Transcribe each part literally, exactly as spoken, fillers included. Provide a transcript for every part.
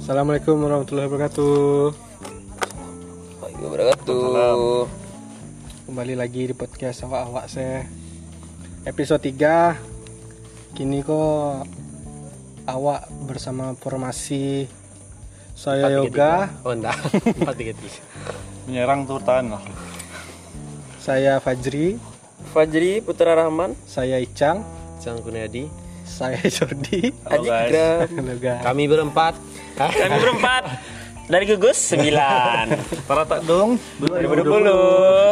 Assalamualaikum warahmatullahi wabarakatuh. Waalaikumsalam wabarakatuh. Kembali lagi di podcast awak-awak saya. Episode tiga. Kini kok awak bersama formasi saya Yoga. Oh enggak. empat tiga tiga. Menyerang tuh tahan lah. Saya Fajri. Fajri Putra Rahman. Saya Icang. Cang Kunayadi. Saya Jordi. Halo, guys. Adigram. Halo guys. Kami berempat. Kami berempat. Dari gugus sembilan. Para tak dong. dua ribu dua puluh.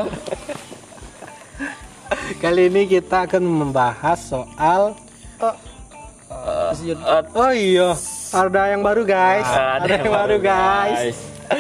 Kali ini kita akan membahas soal Uh, oh iya, ada yang baru guys. Ada Ada, yang baru guys.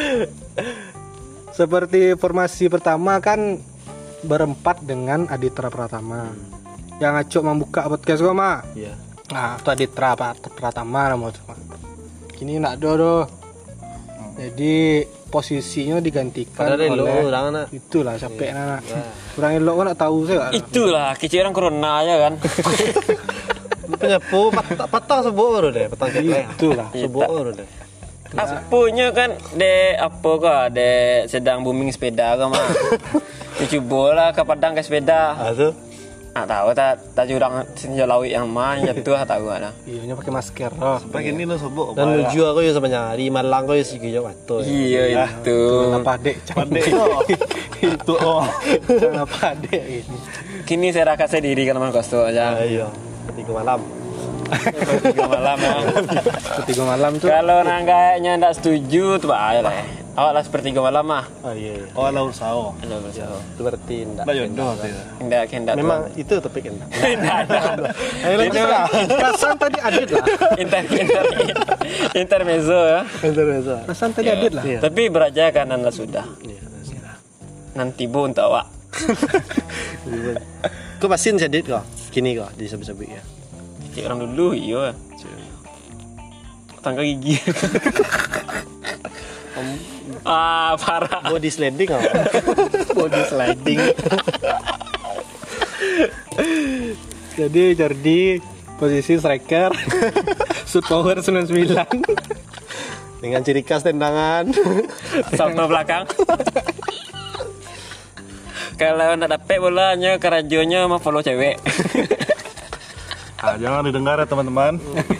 Seperti formasi pertama kan berempat dengan Aditra Pratama. Yang acuk membuka podcast gua mah. Iya. Nah, itu Aditra Pratama nama cuma. Kini nak dodo. Jadi posisinya digantikan Padahal elok oleh orang nak. itulah capek anak. Kurang elok kan nak tahu saya. Itulah kecil orang corona aja kan. Penyapu patah patah sebut baru deh, patah jelek. Itulah. Sebut baru deh. Apunya kan de apa kah de sedang booming sepeda kan mah. Dicoba lah ke Padang ke sepeda. Ah tu. Ah tahu tak tak jurang senja lawi yang mana jatuh tahu ada. Iya, nya pakai masker. Oh. Pakai ini lo sebut. Dan menuju aku ya sebenarnya di Malang aku ya sih gitu waktu. Iya itu. Kenapa dek? Pandai oh. Itu oh. Kenapa dek ini? Kini saya rasa diri kan mah kosto aja. Iya. Ketika malam. Tiga malam ya. Ketiga malam tuh. Kalau nangganya ndak setuju tuh bahaya lah. Ya. Awak lah sepertiga malam mah. Oh iya. iya. Oh laur sao. Halo bersama. Itu berarti enggak. Mbak jodoh tu. Enggak kendak. Memang itu topik enggak. Enggak ada. Ayo lanjut lah. Perasaan tadi adit lah. Inter inter intermezzo ya. Intermezzo. Perasaan tadi adit lah. Iya. Tapi beraja kan anda sudah. Iya. Nanti bu untuk awak. Kau pasin sedit kau. Kini kau di sebut-sebut ya. Cik orang dulu iya. Tangga gigi. Ah parah. Body sliding kau. Body sliding. Jadi Jordi posisi striker. Shoot power sembilan puluh sembilan. Dengan ciri khas tendangan. Salto belakang. Kalau nak dapat bolanya kerajonya mah follow cewek. Ah, jangan didengar ya teman-teman.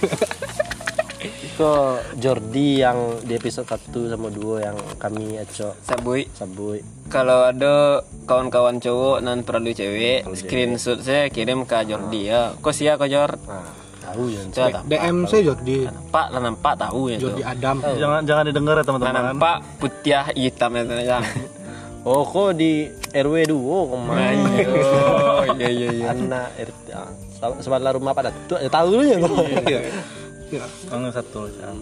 Itu Jordi yang di episode satu sama dua yang kami acok Sabui. sabui. Kalau ada kawan-kawan cowok nan perlu cewek, screenshot saya kirim ke Jordi ya. Kok sia kok Jor? Nah, tahu ya. Saya tak D M saya Jordi. nampak, lah nampak tahu ya tuh. Jordi Adam. Jangan jangan didengar ya Lah teman-teman. nampak putih hitam ya aja. Oh, kok di R W dua kemarin. Oh iya iya iya. Anak R T ah, sebelah rumah pada tuh ya tahu dulu ya. Iya. Angin satu jam.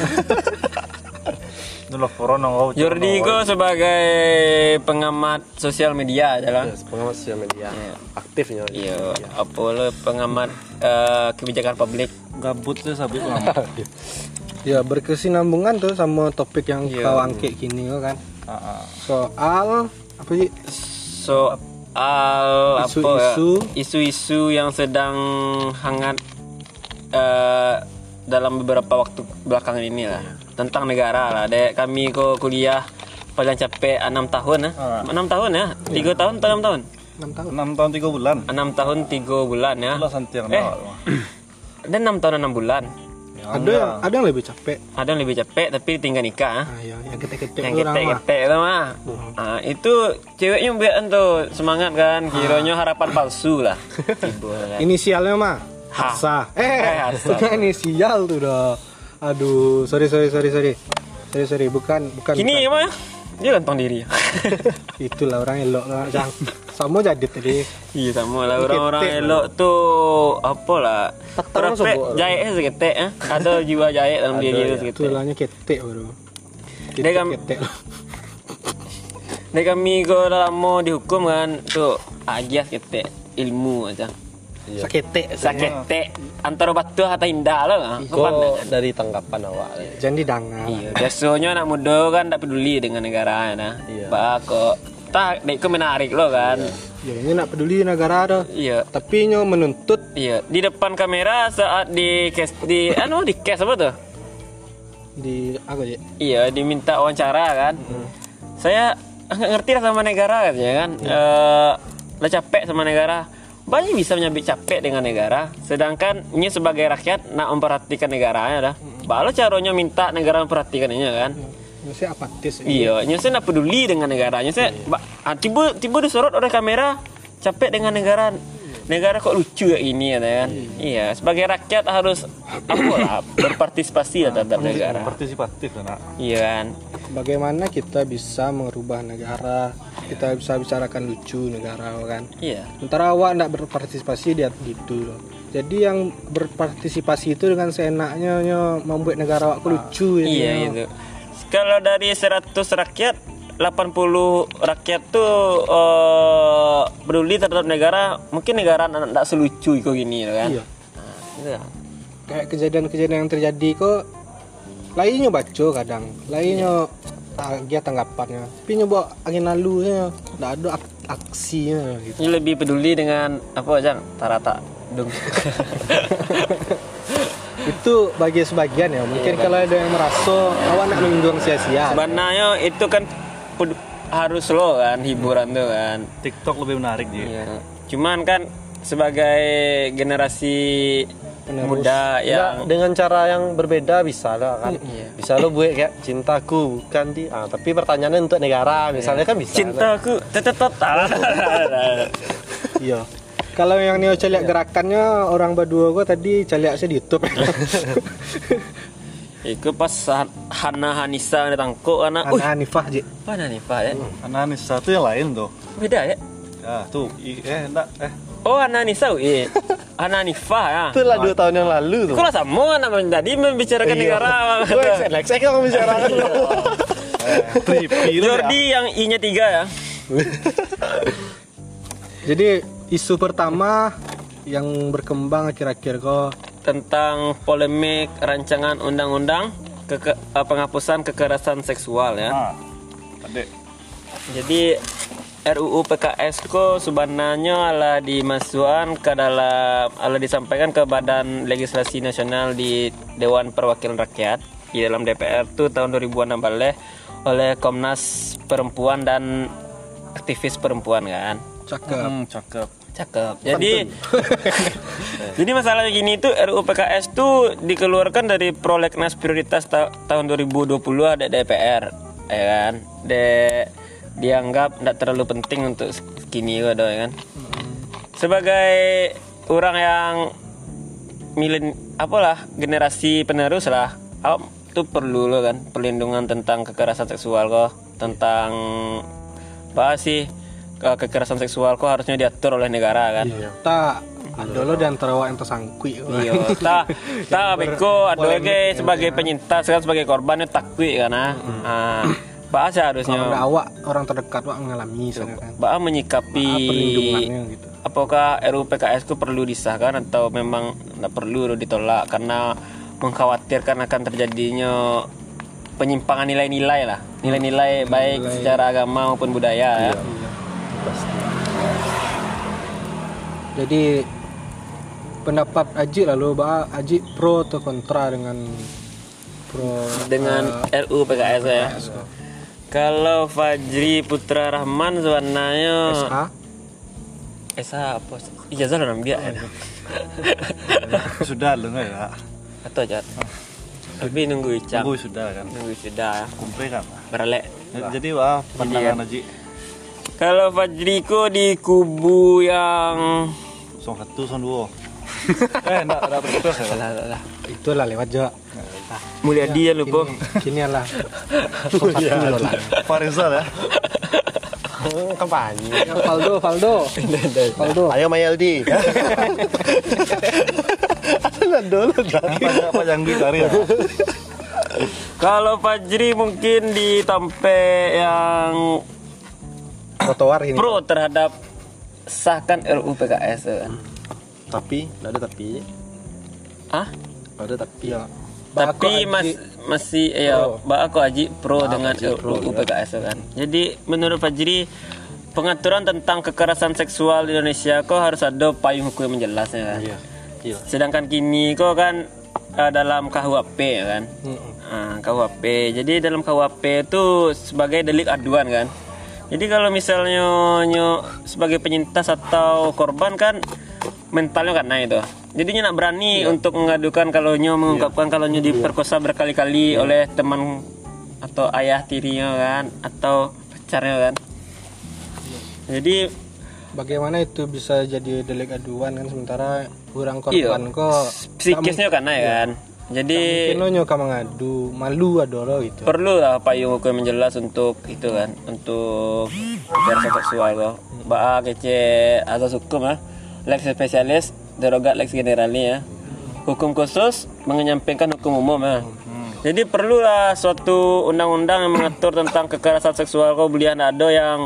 Dulu corona kau. Jordi kok sebagai pengamat sosial media aja lah. Ya, pengamat sosial media. Iya. Aktifnya. Iya, apa lo pengamat eh, kebijakan publik. Gabut tuh sabit lama. Ya berkesinambungan tuh sama topik yang Iya. kau angkat kini kan. Ah, ah. Soal apa sih? Soal apa ya? Isu-isu. Isu-isu yang sedang hangat eh, dalam beberapa waktu belakangan ini lah tentang negara lah. Dek kami kok kuliah paling capek enam tahun ya. Ah. enam tahun ya? tiga tahun atau enam tahun? enam tahun. Enam tahun tiga bulan. enam tahun tiga bulan ya. Lah santiang Eh. dah. Dan enam tahun enam bulan. Ada yang ada yang lebih capek. Ada yang lebih capek tapi tinggal nikah. ah. Ah, ya, yang ketek-ketek Yang orang mah. ketek-ketek itu mah. Ah, itu ceweknya biar tuh semangat kan, kiranya harapan palsu lah. Tiba kan. Inisialnya mah H. Hafsa. Eh, Eh, Hafsa. bukan inisial tuh dah. Aduh, sorry sorry sorry sorry. Sorry sorry, bukan bukan. Kini bukan. mah dia gantong diri. Itulah orang elok lah, Cang. Sama jadi tadi. Iya sama lah orang-orang Ketek. elok tuh apa lah. Petang Perfect sebut. jahit seketek eh. Ada jiwa jahit dalam Ada, diri ya. itu seketek. Tulangnya ketek baru. Dia kan- Ketek. Dan kami kau lama dihukum kan tuh agias ketek ilmu aja. Iya. Saketek. Saketek antara batu atau indah lah. Kok dari tanggapan awak? Jangan didengar. Iya, biasanya anak muda kan tak peduli dengan negara nah. Iya. Bah kok tak dek menarik lo kan. Ya ini nak peduli negara dah. Iya. Tapi nyo menuntut Iya, di depan kamera saat di cast di anu di cast apa tuh? di aku ya. Iya, diminta wawancara kan. Hmm. Saya nggak ngerti lah sama negara katanya kan. Hmm. Eh, lah capek sama negara. Banyak bisa menyabit capek dengan negara. Sedangkan ini sebagai rakyat nak memperhatikan negaranya dah. Hmm. Baru caranya minta negara memperhatikan ini kan. Hmm. Saya apatis. Iya, ini saya nak peduli dengan negaranya. Saya hmm. tiba tiba disorot oleh kamera. Capek dengan negara. Negara kok lucu ya ini ya kan. Hmm. Iya, sebagai rakyat harus apa lah berpartisipasi ya terhadap negara. Partisipatif kan. Iya kan. Bagaimana kita bisa merubah negara? Kita bisa bicarakan lucu negara kan. Iya. Sementara awak tidak berpartisipasi dia gitu loh. Jadi yang berpartisipasi itu dengan seenaknya membuat negara awak lucu ya. Iya itu. Kalau dari seratus rakyat delapan puluh rakyat tuh uh, peduli terhadap negara, mungkin negara tidak selucu itu gini kan. Iya. Nah, gitu. Kayak kejadian-kejadian yang terjadi kok lainnya baca kadang, lainnya dia tanggapannya. Tapi nyoba angin lalunya, tidak ada ak- aksinya gitu. Ini lebih peduli dengan apa aja, tarata dong. Itu bagi sebagian ya. Mungkin iya, kalau ada yang merasa awak nak menyinggung sia-sia. Sebenarnya itu kan harus lo kan hiburan tuh kan. TikTok lebih menarik dia. Iya. Cuman kan sebagai generasi penerus muda yang ya, dengan cara yang berbeda bisa lah kan. Iya. Bisa lo buat kayak cintaku bukan di ah, tapi pertanyaannya untuk negara misalnya kan bisa. Cintaku tetap total. Iya. Kalau yang Neo celiak gerakannya orang berdua gua tadi celiak saya di YouTube. Iku pas Hana Hanisa ditangkuk anak. Hana Hanifah je. Hana Hanifah ya. Hana Hanisa itu yang lain tuh. Beda ya? Ya tuh, eh enggak eh. Oh Hana Hanisa, iya. Hana Hanifah ya. Itulah dua tahun yang lalu tuh. Kok lah sama namanya tadi membicarakan negara. Gue X X kita membicarakan. Jordi yang I-nya tiga ya. Jadi isu pertama yang berkembang akhir-akhir kok tentang polemik rancangan undang-undang keke, uh, penghapusan kekerasan seksual ya. Ah, adek. Jadi R U U P K S ko sebenarnya ala dimasukkan ke dalam ala disampaikan ke Badan Legislasi Nasional di Dewan Perwakilan Rakyat di dalam D P R tuh tahun dua ribu enam belas oleh Komnas Perempuan dan aktivis perempuan kan. Cakep. Hmm, cakep. Cakep. Jadi jadi masalah gini tuh R U U P K S tuh dikeluarkan dari Prolegnas Prioritas ta- tahun dua ribu dua puluh ada D P R, ya kan? De dianggap tidak terlalu penting untuk kini gitu ya kan. Sebagai orang yang milen apalah generasi penerus lah, itu perlu loh kan perlindungan tentang kekerasan seksual kok, tentang apa sih kekerasan seksual kok harusnya diatur oleh negara kan. Iya. Tak ada lo di antara awak yang tersangkui. Iya, tak tak beko ada lagi sebagai penyintas kan sebagai korban itu takui kan ah. Ah, bahasa harusnya. Kalau awak orang terdekat awak mengalami kan. Bah menyikapi perlindungannya gitu. Apakah R U U P K S itu perlu disahkan atau memang tidak perlu ditolak karena mengkhawatirkan akan terjadinya penyimpangan nilai-nilai lah, nilai-nilai baik nilai secara agama maupun budaya. Iya, ya. Iya. Jadi pendapat Aji lalu bah Aji pro atau kontra dengan pro dengan uh, R U U P K S ya. Kalau Fajri Putra Rahman sebenarnya S H S H apa? Ijazah lo namanya ya. Sudah lo enggak ya? Atau aja. Tapi nunggu icang. Nunggu sudah kan. Nunggu sudah. Kumpul kan. Beralek. Jadi wah pandangan Aji. Kalau Fajriko di kubu yang song satu, song dua. eh, enggak ada berputus ya. Salah, salah. Itulah lewat aja. Nah, mulia dia lupa. Kini lah. Mulia lah. Farizal ya. Kampanye. Faldo, Faldo. Faldo. Ayo Mayaldi. Dulu apa apa yang dicari ya. Kalau Fajri mungkin di Tampe yang trotoar ini pro terhadap sahkan R U U P K S kan. Tapi enggak ada tapi. Ah? Ada tapi. Ya. Tapi mas, masih ya Mbak aku Haji pro Ba dengan Haji R U U P K S kan. Jadi menurut Fajri pengaturan tentang kekerasan seksual di Indonesia kok harus ada payung hukum yang menjelasnya kan. Iya. Iya. Sedangkan kini kok kan uh, dalam K U H P ya kan. Hmm. Ah, K U H P. Jadi dalam K U H P itu sebagai delik aduan kan. Jadi kalau misalnya nyo sebagai penyintas atau korban kan mentalnya kan naik itu. Jadinya nak berani untuk mengadukan kalau nyo mengungkapkan kalau nyo diperkosa berkali-kali oleh teman atau ayah tirinya kan atau pacarnya kan. Jadi Bagaimana itu bisa jadi delik aduan kan sementara orang iya, korban kok psikisnya kan naik kan. Jadi mungkin nyoka mengadu, malu ada lo gitu. perlu lah payung hukum yang jelas untuk itu kan, untuk kekerasan seksual kok. Ba kece asas hukum ah, lex spesialis, derogat lex generali ya. Hukum khusus menyampaikan hukum umum ya. Jadi perlulah suatu undang-undang yang mengatur tentang kekerasan seksual kok belian ada yang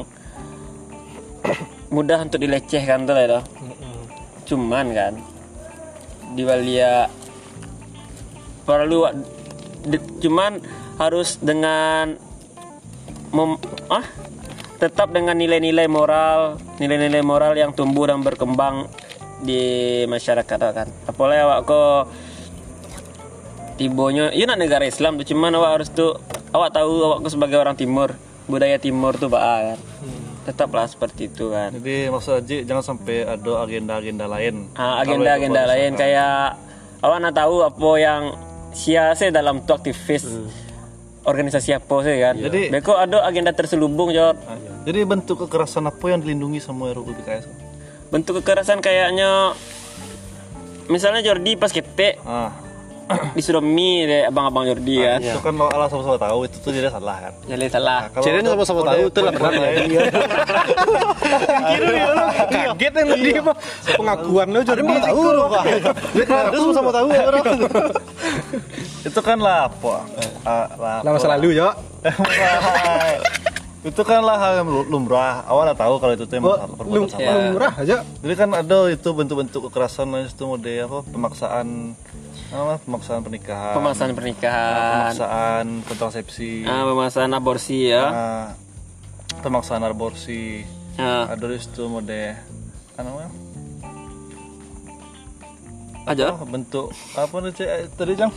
mudah untuk dilecehkan tuh lah itu. Cuman kan di Walia perlu di- cuman harus dengan mem, ah tetap dengan nilai-nilai moral, nilai-nilai moral yang tumbuh dan berkembang di masyarakat kan. Apalagi awak kok tibonya, iya nak negara Islam tuh cuman awak harus tuh awak tahu awak kok sebagai orang timur, budaya timur tuh baa kan. Tetaplah seperti itu kan. Jadi maksud Haji jangan sampai ada agenda-agenda lain. Ah, agenda-agenda lain kayak awak nak tahu apa yang sia sih dalam tuh aktivis organisasi apa sih kan. Jadi- beko ada agenda terselubung Jor. Ah, Jadi bentuk kekerasan apa yang dilindungi sama R U U P K S? Bentuk kekerasan kayaknya misalnya Jordi pas ketek Ah, disuruh mie deh abang-abang Jordi kan. itu kan kalau Allah sama-sama tahu itu tuh dia salah kan. Jadi salah. Kalau Jadi udah- sama-sama udah tahu tuh lah poin-poin benar lain, Kira ya lo kaget yang tadi apa pengakuan lo jadi mau tahu lo pak. Dia sama-sama tahu orang. Itu kan lah apa? Ah, lah Lah masa lalu ya. Itu kan lah hal yang lumrah. Awal tahu kalau itu tuh emang salah, perbuatan salah. Lumrah aja. Jadi kan ada itu bentuk-bentuk kekerasan lain itu mode apa pemaksaan apa pemaksaan pernikahan, Pemaksaan pernikahan, pemaksaan kontrasepsi, ah, pemaksaan aborsi ya. ah, pemaksaan aborsi. Ah, Ada itu mode apa namanya? aja. Oh, bentuk apa nih Cek? tadi Jang?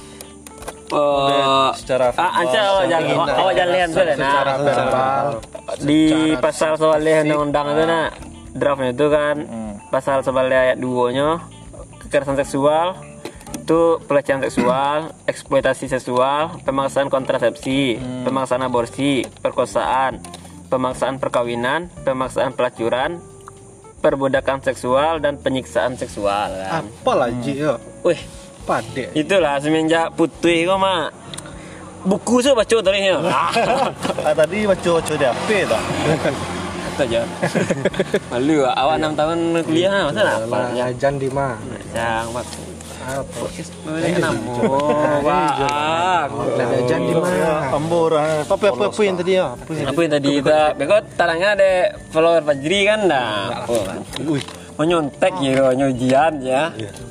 Oh, Secara ah, anca awak jangan awak awak jangan lihat tuh deh, Secara nah. verbal. Di pasal soalnya undang-undang itu nah draftnya itu kan Hmm. pasal soalnya ayat dua nya kekerasan seksual itu pelecehan seksual, eksploitasi seksual, pemaksaan kontrasepsi, pemaksaan aborsi, perkosaan, pemaksaan perkawinan, pemaksaan pelacuran, perbudakan seksual dan penyiksaan seksual kan. Apa lagi ya? Wih, Pade. itulah semenjak putih kok mak buku saya baca tadi ya. Ah, tadi baca-baca di H P dah. Itu aja. Malu ah. Awak enam tahun kuliah masa nak apa? Lah ngajan di mana? Jangan waktu. Apa? Boleh namo. Wah. Lah ngajan di mana? Ambor. Apa apa apa yang tadi ya? Apa yang Apa yang tadi kita bekot tarangnya ada follower Fajri kan dah. Oh kan. Wih. Mau nyontek gitu, nyujian ya.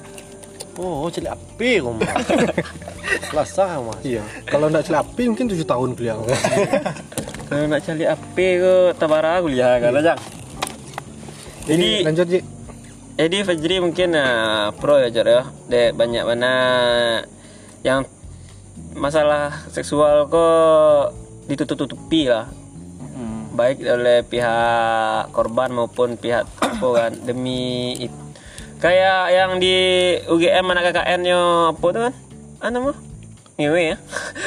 Oh, celi api kau mah. Selasa mas. Iya. Kalau enggak celapi mungkin tujuh tahun kuliah. Kalau nak cari apa ke tabara kuliah kan aja. Jadi lanjut Ji. Jadi Fajri mungkin uh, pro ya Jor ya. Dek banyak mana yang masalah seksual kok ditutup-tutupi lah. Baik oleh pihak korban maupun pihak apa kan demi it. Kayak yang di U G M anak K K N nya apa tuh kan? Apa nama? Ngewe ya.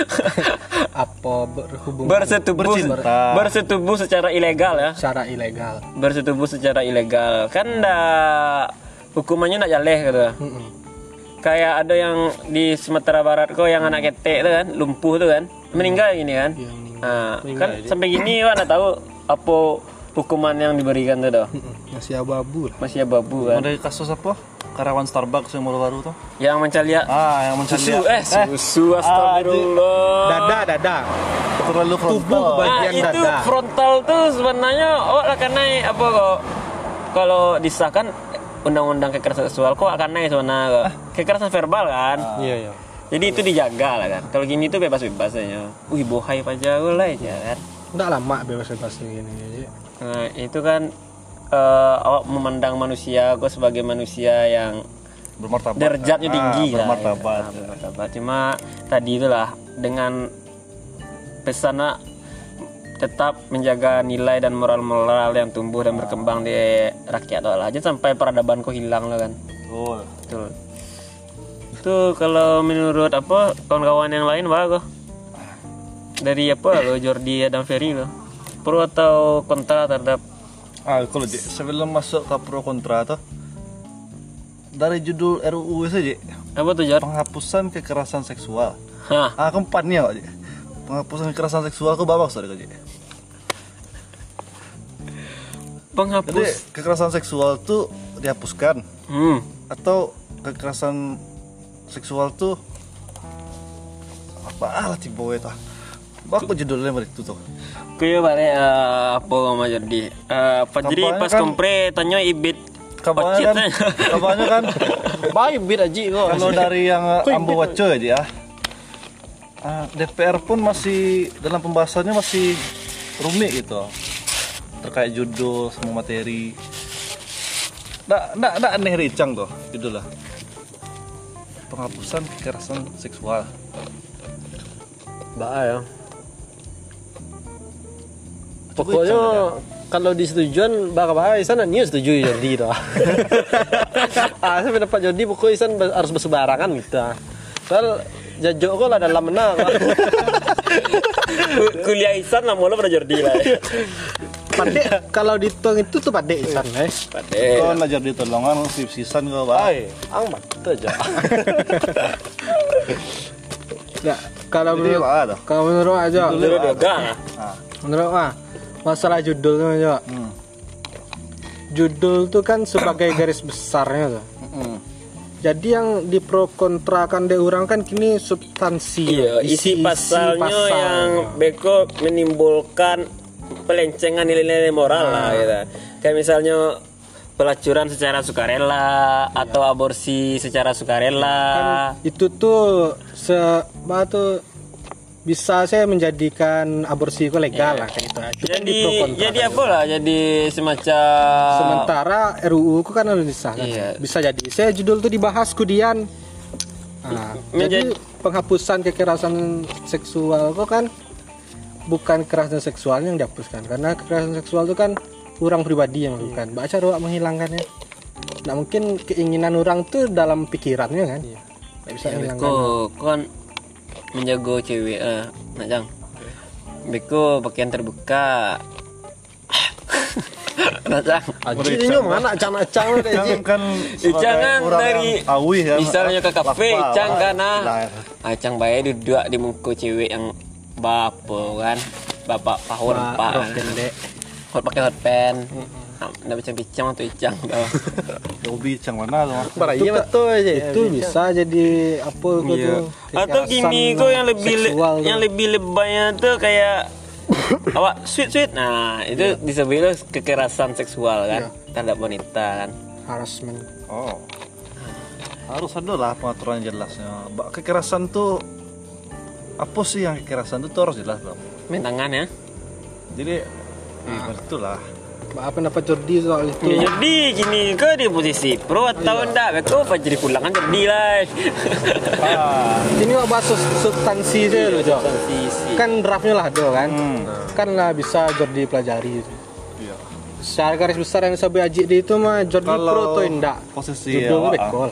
Apa berhubungan Bersetubuh Bercinta. bersetubuh secara ilegal ya. secara ilegal. Bersetubuh secara ilegal kan dah hukumannya nak jaleh gitu. Mm-mm. Kayak ada yang di Sumatera Barat kok yang anak ketek tuh kan lumpuh tuh kan meninggal gini kan. Yang meninggal. Nah, kan sampai gini kan nak tahu apa hukuman yang diberikan tuh dah. Mm-mm. Masih abu-abu lah. Masih abu kan. Ada kasus apa? Karyawan Starbucks yang baru-baru tuh. Yang mencari Ah, yang mencari susu eh susu astagfirullah. Dada, dada. terlalu Tubuh frontal. Nah, bagian itu dada. frontal tuh sebenarnya awak akan naik apa kok kalau disahkan undang-undang kekerasan seksual kok akan naik sebenarnya kok. Kekerasan verbal kan. Iya, iya. Jadi itu dijaga lah kan. Kalau gini tuh bebas-bebas aja. Wih bohai aja lah ya kan. Enggak lama bebas-bebas gini. Ji. Nah, itu kan eh, awak memandang manusia kok sebagai manusia yang Bermartabat. derajatnya Ah, tinggi lah. bermartabat. Ya, bermartabat. Cuma tadi itulah dengan pesannya tetap menjaga nilai dan moral-moral yang tumbuh dan berkembang di rakyat lah. Aja sampai peradaban kok hilang lah kan. Oh, Betul. Itu kalau menurut apa kawan-kawan yang lain bagus. Dari apa lo Jordi dan Ferry lo? Pro atau kontra terhadap ah kalau Ji, sebelum masuk ke pro kontra tuh dari judul R U U saja, apa tuh Jor? penghapusan kekerasan seksual. Hah, Ah, keempatnya kok, Ji. Penghapusan kekerasan seksual kok babak sorry kok, Ji. penghapus. Jadi kekerasan seksual tuh dihapuskan Hmm. atau kekerasan seksual tuh apa ah tiba itu. Baku judulnya begitu tuh. Kuyo bare eh, apa sama Jordi? Eh Fajri Kampanye pas kan- kompre tanya ibit Kabarnya kan, kabarnya kan Baik bit aja kok. kalau dari yang Ambo Waco ya Ji, ya. Ah, D P R pun masih dalam pembahasannya masih rumit gitu. Terkait judul semua materi. Nggak, nggak, nggak aneh ricang tuh judulnya. Penghapusan kekerasan seksual. Baik ya. Pokoknya kalau disetujuan bakal baik Isan nih setuju Jordi itu. Ah, saya pendapat Jordi pokoknya Isan harus bersebarangan gitu. Soal jajok kok lah dalam menang. kuliah Isan lah mulu pada Jordi lah. Padek kalau dihitung itu tuh padek Isan eh. Pade. Kau ngajar di tolongan sip-sisan kau baik. Baik, ang betul aja. Nah, kalau Jadi menurut apa dah? kalau menurut aja, Menurut Yoga. Ah, menurut ah masalah judul tuh aja. hmm. Judul tuh kan sebagai garis besarnya tuh. Hmm. Jadi yang di pro kontra kan de orang kan kini substansi, Iya, isi, pasalnya pasal. yang beko menimbulkan pelencengan nilai-nilai moral lah gitu. Kayak misalnya pelacuran secara sukarela atau aborsi secara sukarela. Kan itu tuh se apa tuh bisa saya menjadikan aborsi itu legal lah kayak gitu. Itu kan di Jadi pro kontra jadi kan. apa lah? Jadi semacam Sementara R U U ku kan harus disahkan. Iya. Bisa jadi saya judul tuh dibahas kemudian. Nah, jadi Menjadi- penghapusan kekerasan seksual kok kan bukan kekerasan seksual yang dihapuskan karena kekerasan seksual itu kan orang pribadi yang melakukan. Baca doa menghilangkannya. Nah mungkin keinginan orang tuh dalam pikirannya kan. Nggak bisa menghilangkan. Beko kan menjago cewek eh nak jang. Beko pakaian terbuka. Nak jang. Aji ini mana acang-acang udah Jangan Aji. kan sebagai Jangan orang dari yang awih kan. misalnya ke kafe, Lakwa, Cang kan lah. ah. Acang bae duduk di muka cewek yang bapo kan. Bapak pahun Pak, pak. rok pendek. Hot pakai hot pen. Ndak bincang-bincang atau icang tau. Dobi cang mana tuh? Bara iya betul aja. Itu bisa jadi apa itu Iya. tuh? Atau gini kok yang lebih le- seksual tuh. yang lebih lebaynya tuh kayak awak sweet sweet. Nah, itu disebut kekerasan seksual kan terhadap wanita kan. harassment. Oh. Harus ada lah pengaturan yang jelasnya. Ba- Kekerasan tuh apa sih yang kekerasan tuh, tuh harus jelas dong. Main tangan ya. Jadi itulah. Apa pendapat Jordi soal itu? Ya, jadi gini ke di posisi pro atau enggak? Beko Fajri pulang kan jadi lah. Ah, Ini mau bahas sus- substansi saja loh, Jo. Transisi. Kan draftnya lah do kan. Hmm. Kan lah bisa Jordi pelajari. iya. Secara garis besar yang saya aji di itu mah Jordi Kalau pro atau enggak? posisi Judulnya awak, bekol.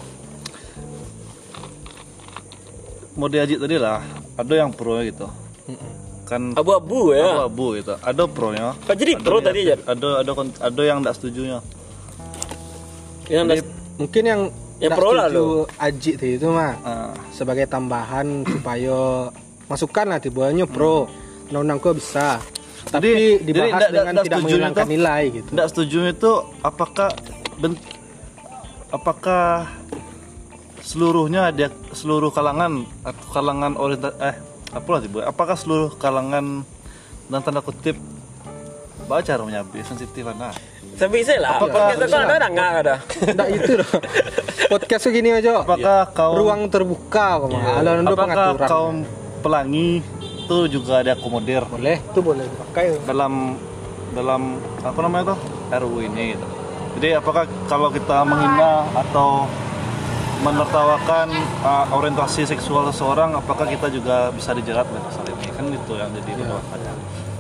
mau diajak tadi lah, ada yang pro gitu. Kan Abu-abu ya. abu gitu. Ada pro-nya. Fajri ada pro yang- tadi ya. Ada ada kon- ada yang enggak setujunya. Yang Jadi, mungkin yang Yang nggak pro lah setuju lo. aji tadi itu mah Ah, sebagai tambahan supaya masukan lah tibanya pro. Undang-undang kok bisa. Tapi Jadi- jadi dibahas nggak- dengan nggak tidak setuju menghilangkan itu? nilai gitu. enggak setuju itu apakah ben- apakah seluruhnya dia seluruh kalangan atau kalangan orienta eh apalah tiba apakah seluruh kalangan dan tanda kutip baca menyambi sensitif nah Tapi saya lah. Apakah- Podcast kan ada enggak ada. Enggak itu loh. Podcast tuh gini aja. apakah kaum Ruang terbuka kok mah. Ada ada apakah pengaturan. kaum pelangi itu juga ada akomodir Boleh, itu boleh dipakai. dalam dalam apa namanya tuh R U U ini gitu. Jadi apakah kalau kita menghina atau menertawakan uh, orientasi seksual seseorang, apakah kita juga bisa dijerat oleh pasal ini? Kan itu yang jadi permasalahannya.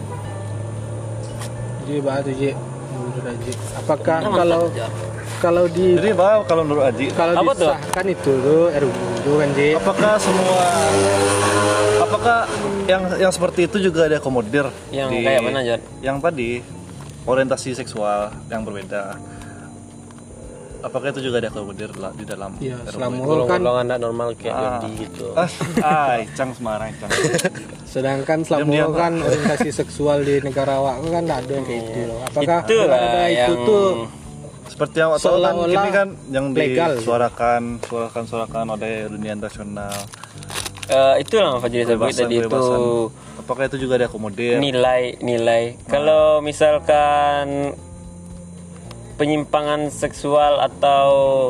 Jadi bahas Ji, menurut Aji, apakah kalau kalau di Jadi bah, kalau menurut Aji, kalau Apa tuh? disahkan itu tuh R U U itu kan Ji, apakah semua, apakah yang yang seperti itu juga diakomodir? Yang di- kayak mana, Jon? Yang tadi orientasi seksual yang berbeda. Apakah itu juga diakomodir la- di dalam ya R U U? selama kan Golongan anak normal kayak Ah. Jordi gitu. Ah, ay, Cang Semarang, Cang. sedangkan selama Diam-diam, kan orientasi seksual di negara awak kan nggak ada yang kayak itu loh. Apakah Itu dengan lah ada itu yang- tuh Seperti yang tahu kan, Seolah-olah ini kan yang legal. disuarakan, suarakan, suarakan oleh dunia internasional. Eh, itulah Fajri sebut Kebebasan, tadi itu kebebasan. Apakah itu juga diakomodir? nilai-nilai. Kalau misalkan penyimpangan seksual atau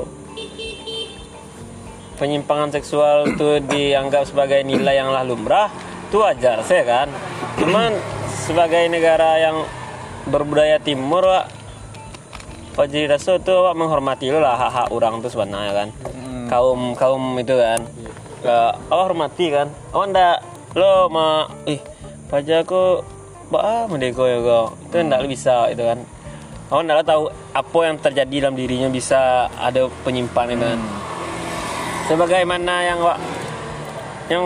penyimpangan seksual itu dianggap sebagai nilai yang lah lumrah, itu wajar saya kan. Cuman sebagai negara yang berbudaya timur, Wak, Fajri rasa itu Wak menghormati lo lah hak-hak orang tuh sebenarnya kan. Kaum kaum itu kan. Ke awak hormati kan. Awak ndak lo ma ih Fajri aku bah mendeko ya kok. Itu ndak bisa itu kan. Awak ndak tahu apa yang terjadi dalam dirinya bisa ada penyimpangan itu kan. Sebagaimana yang Wak yang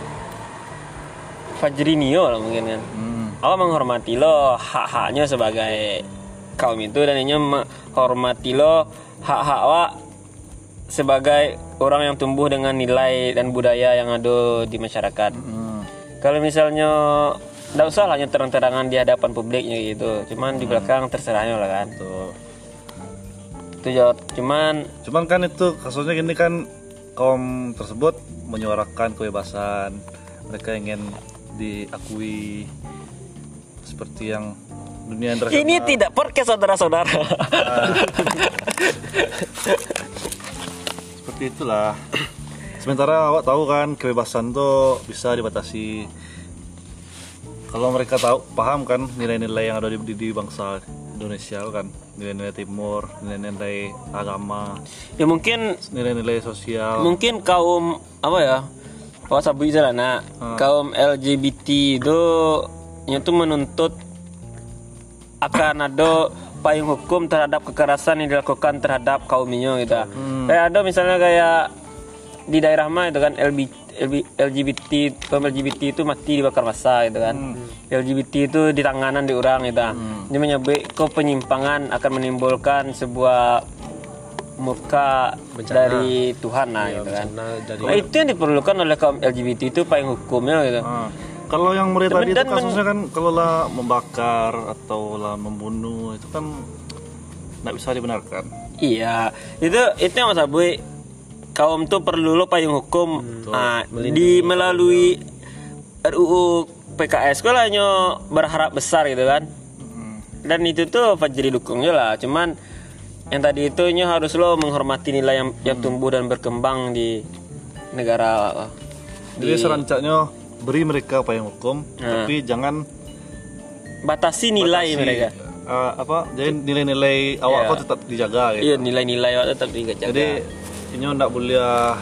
Fajri Nio lah mungkin kan. Hmm. Awak menghormati lo hak-haknya sebagai kaum itu, dan ini menghormati lo hak-hak awak sebagai orang yang tumbuh dengan nilai dan budaya yang ada di masyarakat. Hmm. Kalau misalnya nggak usah lah terang-terangan di hadapan publiknya gitu, cuman di belakang terserahnya lah kan. Tuh. Itu jawab. Cuman Cuman kan itu kasusnya gini kan, kaum tersebut menyuarakan kebebasan, mereka ingin diakui seperti yang dunia internasional. ini tidak podcast saudara-saudara. Seperti itulah. Sementara awak tahu kan kebebasan tuh bisa dibatasi. Kalau mereka tahu, paham kan nilai-nilai yang ada di, di, di bangsa Indonesia kan, nilai-nilai timur, nilai-nilai agama, Ya mungkin nilai-nilai sosial. mungkin kaum apa ya, awak sabu lah nak kaum L G B T itu itu menuntut akan ada payung hukum terhadap kekerasan yang dilakukan terhadap kaumnya gitu. Kayak ada misalnya kayak di daerah mah itu kan L B, L G B T, kaum L G B T itu mati dibakar massa gitu kan. L G B T itu di tanganan di orang gitu. Dia menyebut kok penyimpangan akan menimbulkan sebuah murka dari Tuhan lah gitu kan. Bencana dari Nah itu yang diperlukan oleh kaum L G B T itu payung hukumnya gitu. Ah, kalau yang murid Tapi tadi itu dan men- kasusnya kan kalau lah membakar atau lah membunuh itu kan nggak bisa dibenarkan. Iya, itu itu yang Mas Abuy, kaum tuh perlu lo payung hukum ah, di melalui R U U P K S. Gue lah hanya berharap besar gitu kan. Dan itu tuh Fajri dukungnya lah. Cuman yang tadi itu nyo harus lo menghormati nilai yang, yang tumbuh dan berkembang di negara. Jadi serancaknya beri mereka payung hukum, tapi jangan Batasi nilai batasi, mereka. eh, apa? Jadi nilai-nilai awak Iya. kau tetap dijaga gitu. Iya, nilai-nilai awak tetap dijaga. Jadi ini ndak boleh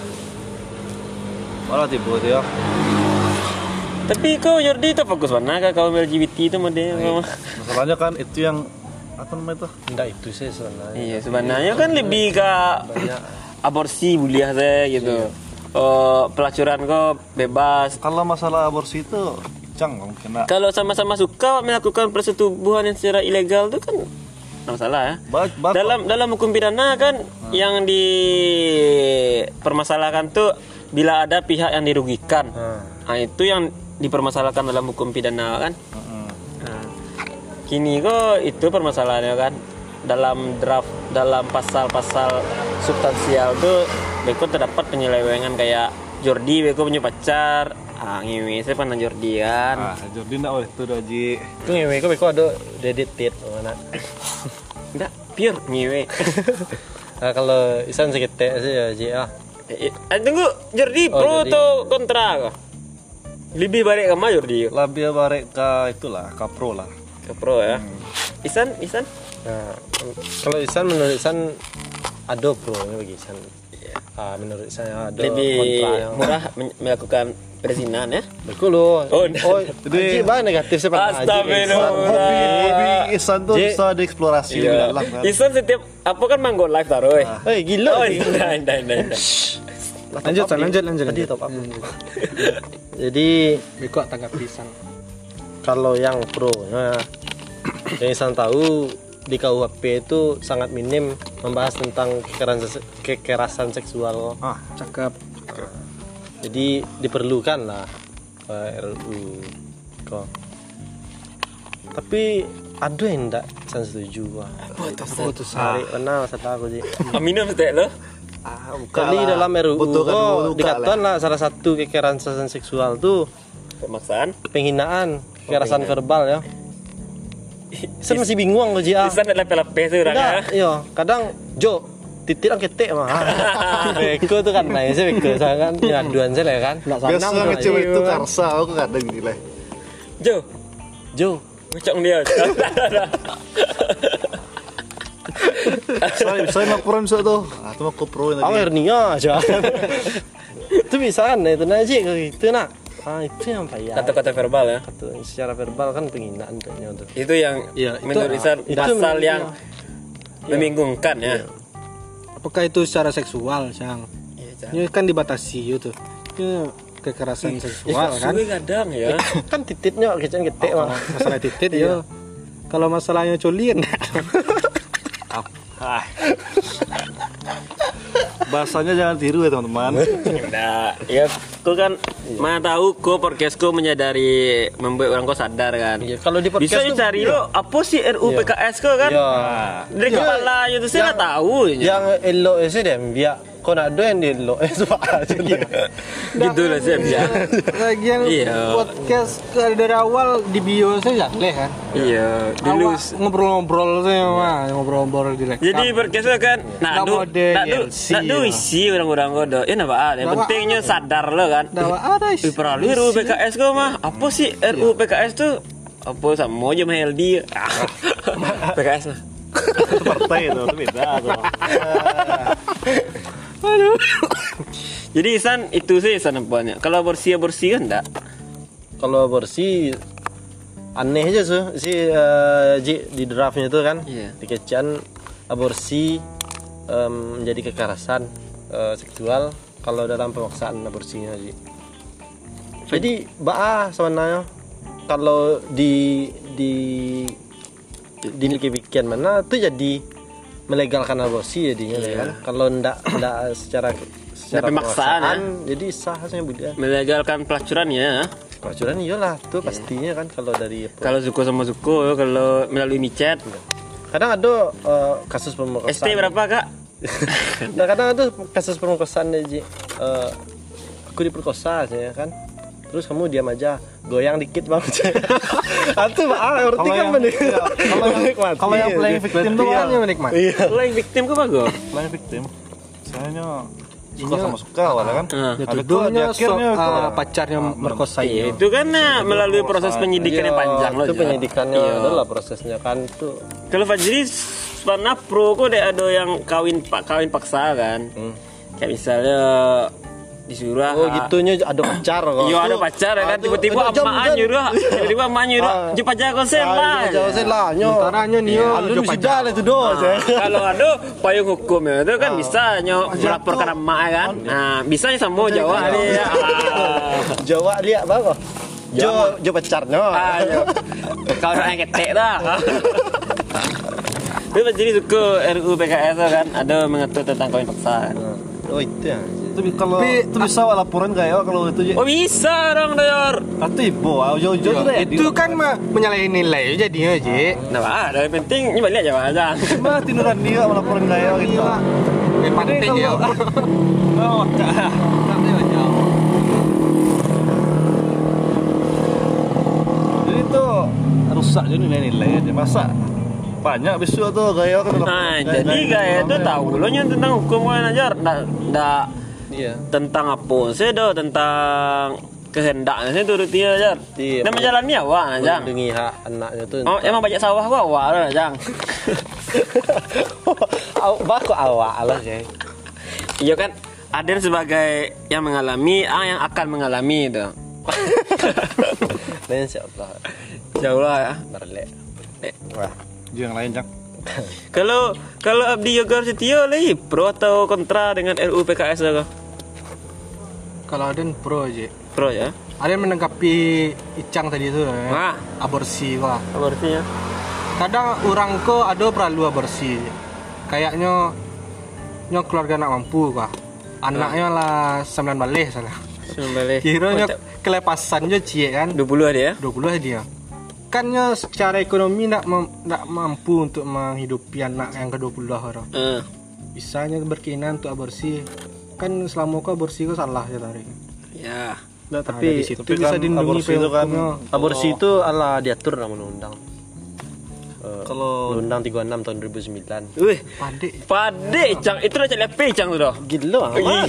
malah tiba dia. Tapi kau Jordi itu fokus mana kak kaum L G B T itu modenya mama. Masalahnya kan itu yang apa namanya itu? enggak itu sih sebenarnya. Iya sebenarnya kan lebih ke aborsi buliah saya gitu. Oh, pelacuran kok bebas. Kalau masalah aborsi itu cang mungkin nak. Kalau sama-sama suka melakukan persetubuhan yang secara ilegal itu kan nggak masalah ya. Ba- ba- Dalam dalam hukum pidana kan yang dipermasalahkan tuh bila ada pihak yang dirugikan. Nah, itu yang dipermasalahkan dalam hukum pidana kan. Heeh. Nah, kini kok itu permasalahannya kan dalam draft dalam pasal-pasal substansial tuh beko terdapat penyelewengan kayak Jordi beko punya pacar, ah ngewe saya pernah Jordi kan. Ah, Jordi ndak oleh itu Doji. Itu ngewe kok beko ada dedicated mana. Enggak, pure ngewe. Nah, kalau isan sekete sih ya Ji ah. Eh, eh, tunggu Jordi Oh, pro Jordi. atau kontra kok? Lebih baik ke mana Jordi? Lebih barek ke itulah, ke pro lah. Ke pro ya. Isan, Isan. Nah, kalau isan menurut isan ada pro nya bagi isan. Ah, menurut saya ada Lebih kontra yang murah men- melakukan perzinahan ya. betul loh. Oh, oh jadi banyak negatif sih Pak. Astagfirullah. Hobi hobi Ihsan tuh Ji. bisa dieksplorasi lebih Iya. dalam kan. Isan setiap apa kan manggo live taruh. eh. Eh gila. Oh, indah, indah, indah, indah. Lanjut, San, lanjut, lanjut. Tadi lanjut. top up. Jadi Beko tanggap pisang. kalau yang pro nah, yang saya tahu di K U H P itu sangat minim membahas tentang kekerasan kekerasan seksual. Ah, Cakep. Jadi diperlukan lah eh, R U kok. Tapi ada yang enggak saya setuju. Wah. Putus. Hari mana masalah aku sih. Aminum sih lo. Ah, kali dalam R U Butuh kan, oh, butuh dikatakan lah salah satu kekerasan seksual tuh Pemaksaan. penghinaan, kekerasan verbal ya. Saya masih bingung loh Jia. Isan ada lepe-lepe tuh Enggak, orangnya. iya, kadang Jo titik ang ketek mah. Beko tuh kan main sih beko, saya kan ngaduan saya lah kan. biasa ngecewek itu karsa aku kadang gila. Jo, Jo, ngecok dia. Saya saya laporan bisa tuh. Ah, itu mah koproin aku lagi. hernia aja. Itu bisa kan itu aja kayak gitu nak. Ah itu yang payah. Kata-kata verbal ya. Kata secara verbal kan penghinaan kayaknya untuk. Itu yang Iya, itu- menurut Isan itu pasal menurut- yang membingungkan ya. Apakah itu secara seksual, Sang? Iya, Ini kan dibatasi itu. Ini kekerasan seksual kan. Suwe kadang ya. Kan tititnya kecen ketek mah. Masalah titik ya. Kalau masalahnya colin. Ah, Bahasanya jangan tiru ya teman-teman. Nah, ya kau kan mana tahu kau podcastku menyadari membuat orang kau sadar kan. Iya, kalau di Bisa podcast tuh- cari lo apa sih R U P K S kau kan? Iya. Dari kepalanya tuh saya nggak tahu. ya. Yang elok itu deh biar kau nak ada yang di elok eh suka aja dia. Gitu lah sih ya. Lagian Iya. podcast ke- dari awal di bio saya jelek kan. Iya, dulu. Awak ngobrol-ngobrol saya mah, ngobrol-ngobrol di rekam. Jadi podcastnya kan, nah Nggak du, mode nah du, L C, nah du ya. isi orang-orang kau dah. Ya napa? Yang Nggak pentingnya sadar lo kan. Dawa ada isi. Ih, perlu R U P K S kau mah. Apa sih R U P K S tuh? Apa sama aja mah L D. P K S mah. Itu partai itu, itu beda tuh. Jadi Isan itu sih Isan apanya. Kalau bersih bersih kan enggak? Kalau aborsi aneh aja sih si eh, Ji, di draftnya itu kan Iya. dikecian aborsi em, menjadi kekerasan eh, seksual kalau dalam pemaksaan aborsinya Ji. Jadi bah sebenarnya kalau di di di demikian mana tuh jadi melegalkan aborsi jadinya Iya. kan. Kalau ndak ndak secara secara pemaksaan, pemaksaan, jadi sah saja budaya. Melegalkan pelacuran ya. Pelacuran iyalah tuh pastinya kan kalau dari Kalau Zuko sama Zuko, kalau melalui micet. kadang ada eh, kasus S T pemerkosaan. berapa kak? Nah, kadang ada kasus pemerkosaan deh Ji. Eh, aku diperkosa aja kan. Terus kamu diam aja, goyang dikit bang. Itu ah, berarti Kalau kan yang- menik- iya, kalau yang- menikmati. kalau yang playing victim tuh Dia kan hanya menikmati. Iya. Lo yang victim kok bagus. lain victim. Sayanya suka sama suka lah kan. Ah. Ya Ada tuduhnya kok di akhirnya so- kok. ah, pacarnya merkosa Iya, itu. itu kan nah, melalui proses penyidikan yang panjang loh. Itu Jo. penyidikannya Iya. adalah prosesnya kan tuh. Kalau Fajri pernah pro kok deh ada yang kawin pak kawin paksa kan. Kayak misalnya disuruh Oh gitunya ada pacar kok. Iya ada pacar ya kan Aduh, tiba-tiba ada jam emak kan. nyuruh tiba-tiba emak nyuruh Ah. jumpa aja konsen lah. Jauh saya lah nyo. Antaranya nih yo, Alun jo sudah lah itu doh. saya. Kalau ada payung hukum ya itu kan bisa nyo melaporkan emak ya kan. Nah bisa sama Jawa dia. Ah. Jawa lihat bang kok. Jo jo pacarnya. Ah, yo. Kau orang yang ketek dah. Tapi jadi suka R U P K S kan ada mengatur tentang kawin paksa. Oh itu ya. Itu bi- kalau itu bisa wah laporan kayak kalau itu Ji. Oh bisa dong Dayor. Atau ibu, jauh-jauh tuh deh. Itu kan mah menyalahi nilai jadinya, Ji. Nah, ada yang penting ini balik aja aja. mah tiduran dia melaporin kayak gitu. Eh, penting ya. Oh, jadi itu rusak jadi nilai-nilai aja masa banyak besok tuh gaya kan Nah, jadi kayak itu tahu lo yang tentang hukum kan aja, ndak ndak Iya. tentang apa sih do tentang kehendaknya sih turut dia aja. Iya. Dan menjalani awak aja. Melindungi hak anaknya tuh. Oh, emang banyak sawah gua awak lah aja. Awak kok awak lah sih. Iya kan Aden sebagai yang mengalami, A yang akan mengalami itu. Nah, insyaallah. Jauh lah ya. Berlek. Eh, Wah. Yang lain Jang. Kalau kalau Abdi Yoga Setio lagi pro atau kontra dengan R U P K S itu? Kalau Aden pro aja. Pro ya. Aden menanggapi Icang tadi itu ya. Wah, Aborsi wah. aborsinya. Kadang orang ko ada perlu aborsi. Kayaknya nyo keluarga nak mampu kah. Anaknya lah sembilan balik salah. Sembelih. Kiranya kelepasan jo cie kan. dua puluh ada ya? dua puluh dia. Kan nyo secara ekonomi nak mem- nak mampu untuk menghidupi anak yang ke dua puluh orang. Eh, Bisanya berkeinginan untuk aborsi. Kan selama ko aborsi ko salah ya tarik. ya. Nah, Nah, tapi dari situ tapi bisa kan dilindungi aborsi itu kan hukumnya. aborsi itu ala diatur dalam undang-undang. Eh, kalau Undang-Undang tiga puluh enam tahun dua ribu sembilan. Wih, Padik. pade Cang, itu udah cek lepe Cang tuh dah. Gila amat.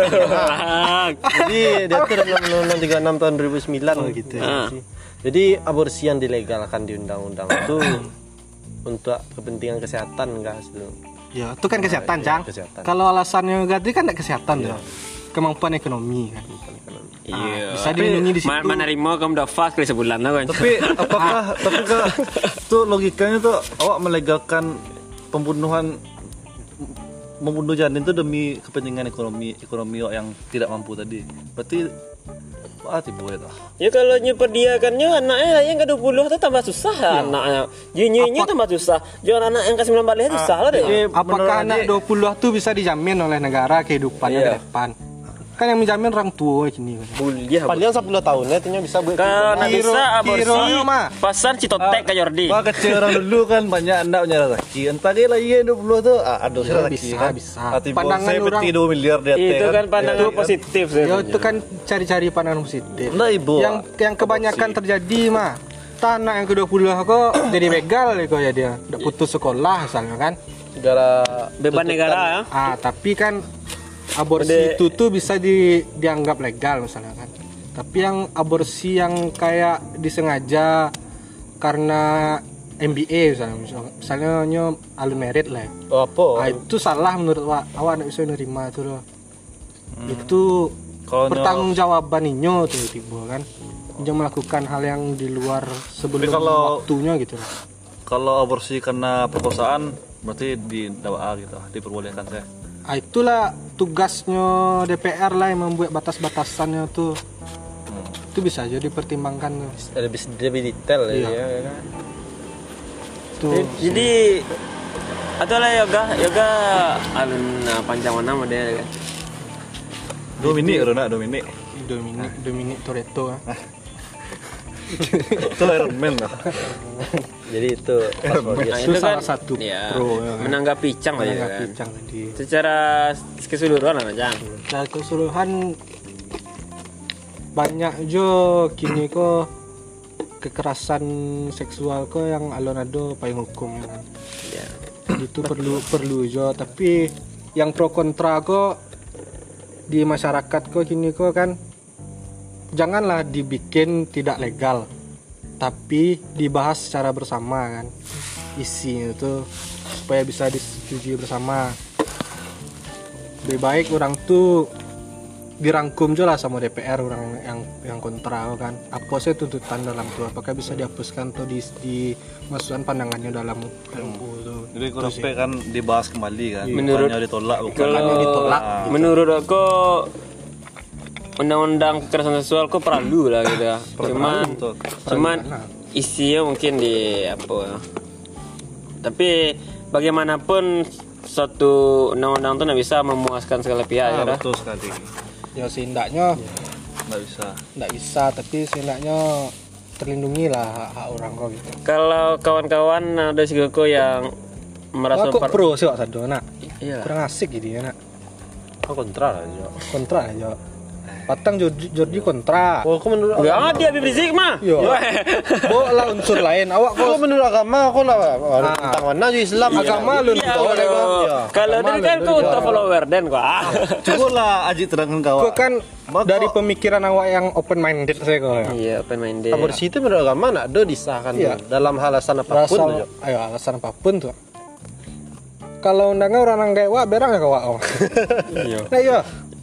Gila. Jadi diatur dalam Undang-Undang tiga puluh enam tahun dua ribu sembilan. Oh, gitu ya. Ah. Jadi aborsi yang dilegalkan di undang-undang itu untuk kepentingan kesehatan enggak hasil. Ya, itu kan kesehatan, Iya, Cang. kesehatan. Kalau alasannya ganti kan tidak kesehatan ya. Kemampuan ekonomi kan. Iya. Bisa dilindungi di situ. Ma- Mana rimo kamu udah fast kali sebulan lah kan. tapi apakah tapi kak tuh logikanya tuh awak melegalkan pembunuhan membunuh janin itu demi kepentingan ekonomi ekonomi awak yang tidak mampu tadi. Berarti ah tiba ya toh. Ya kalau nyuper dia kan nyo anaknya yang ke dua puluh itu tambah susah ya. Anaknya. Nyu tambah susah. Jangan anak yang ke sembilan balik itu susah lah deh. Jadi Apakah menurut anak adik- dua puluh itu bisa dijamin oleh negara kehidupannya Iya. ke depan? Kan yang menjamin orang tua gini kan. Kuliah. Paling sepuluh tahun ya itu bisa buat. Kalau nak Kiro- bisa aborsi kironya, mah. pasar Citotek ke Jordi. Wah kecil orang dulu kan banyak anak punya rezeki. Entah dia lagi dua puluh tuh ah, aduh Ya, rezeki bisa, kan. bisa. Hati Pandangan saya orang- peti dua miliar dia Itu kan pandangan Ya, positif Ya sebenarnya. itu kan cari-cari pandangan positif. Nah, ibu. Yang yang kebanyakan terjadi mah tanah yang ke dua puluh kok jadi begal kok ya dia. Udah putus sekolah misalnya kan. Negara Beban negara ya. Ah, tapi kan aborsi Udah- itu tuh bisa di, dianggap legal misalnya kan. Tapi yang aborsi yang kayak disengaja karena M B A misalnya, misalnya, misalnya nyo alun merit lah. oh, apa? Ah, itu salah menurut awak. Awak nggak bisa nerima itu loh. Itu Kalau nyo- pertanggungjawaban inyo tuh tiba kan. Inyo melakukan hal yang di luar sebelum Tapi kalau- waktunya gitu loh. Kalau aborsi karena perkosaan berarti di dakwah gitu, diperbolehkan saya. Ah, itulah tugasnya D P R lah yang membuat batas-batasannya tuh. Itu bisa aja dipertimbangkan tuh. Ada lebih lebih detail Iya. ya, ya kan. Tuh. Jadi atau lah yoga yoga alun uh, panjang mana model kan. Dominic udah nak Dominic. Dominic Dominic Toretto ah. Itu Iron Man lah. Jadi itu Nah, Itu salah satu ya, pro, ya kan. menanggapi Cang lah ya Menanggapi kan. Cang tadi. Secara keseluruhan lah Cang. Secara keseluruhan banyak jo kini kok kekerasan seksual kok yang alon-ado payung hukum ya kan. Ya. Itu perlu perlu jo, tapi yang pro kontra kok di masyarakat kok kini kok kan janganlah dibikin tidak legal, tapi dibahas secara bersama kan isinya itu supaya bisa disetujui bersama. Lebih baik orang tuh dirangkum juga lah sama D P R orang yang yang kontra kan. Apa sih tuntutan dalam tuh? Apakah bisa dihapuskan atau di dimasukkan pandangannya dalam R U U itu? Jadi kalau P kan dibahas kembali kan. Menurut- Bukannya ditolak bukan. Kalau ditolak, Ah, menurut aku undang-undang kekerasan seksual kok perlu lah gitu ya. Cuman betul. cuman isinya mungkin di apa ya. Tapi bagaimanapun suatu undang-undang itu nggak bisa memuaskan segala pihak Ah, ya dah. betul sekali. Ya seenggaknya Nggak bisa. nggak bisa, tapi seenggaknya terlindungi lah hak, hak orang kok gitu. Kalau kawan-kawan ada sigoku yang merasa Kok per- pro sih Wak Sado nak? Iya. Kurang asik gitu ya nak. oh, kontra lah Jo. Kontra aja. Patang Jordi, Jordi kontra. Oh, aku menurut Enggak ada Habib Rizik mah. Yo. Bawa lah unsur lain. Awak kok aku menurut agama aku lah Ah. tentang mana juga Islam. agama lu Iya, tahu kalau- ya. Kalau Agama tadi kan lu kau tahu. untuk follower dan kok. Ah. Cukup lah Aji terangkan kawan. Kok kan Maka- dari pemikiran awak yang open minded saya kok. Ya. Iya, open minded. Aborsi itu menurut agama nak do disahkan Iya. dalam alasan apapun. Asal, Jo. ayo alasan apapun tuh. Kalau undangnya orang kayak wah berang ya kawak. Iya. Nah iya.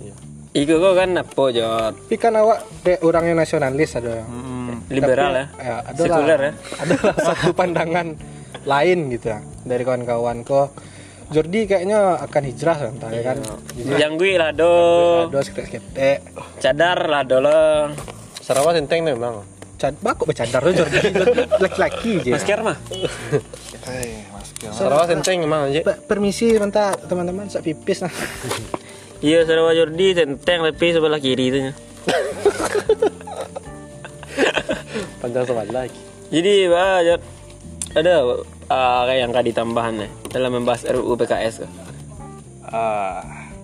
Iku kok kan apa Jod? Tapi kan awak kayak orang yang nasionalis ada. Liberal ya. Ya, ada Sekuler lah, ya. ada lah satu pandangan lain gitu ya dari kawan-kawan kok. Jordi kayaknya akan hijrah kan, ya kan? Jadi Yang gue lah do. ada skeptek. Cadar lah do lo. Sarawak senteng nih bang. Cad, bakok bercadar tuh Jordi. Laki-laki aja. Masker mah. Hei, masker. Sarawak senteng emang aja. Per- Permisi bentar teman-teman, sak pipis nah. Iya Sarawak Jordi senteng tapi sebelah kiri itu nya. Panjang sebelah lagi. Jadi bah, Jod, ada uh, kayak yang kadi tambahan nih dalam membahas R U U P K S kah? Ah,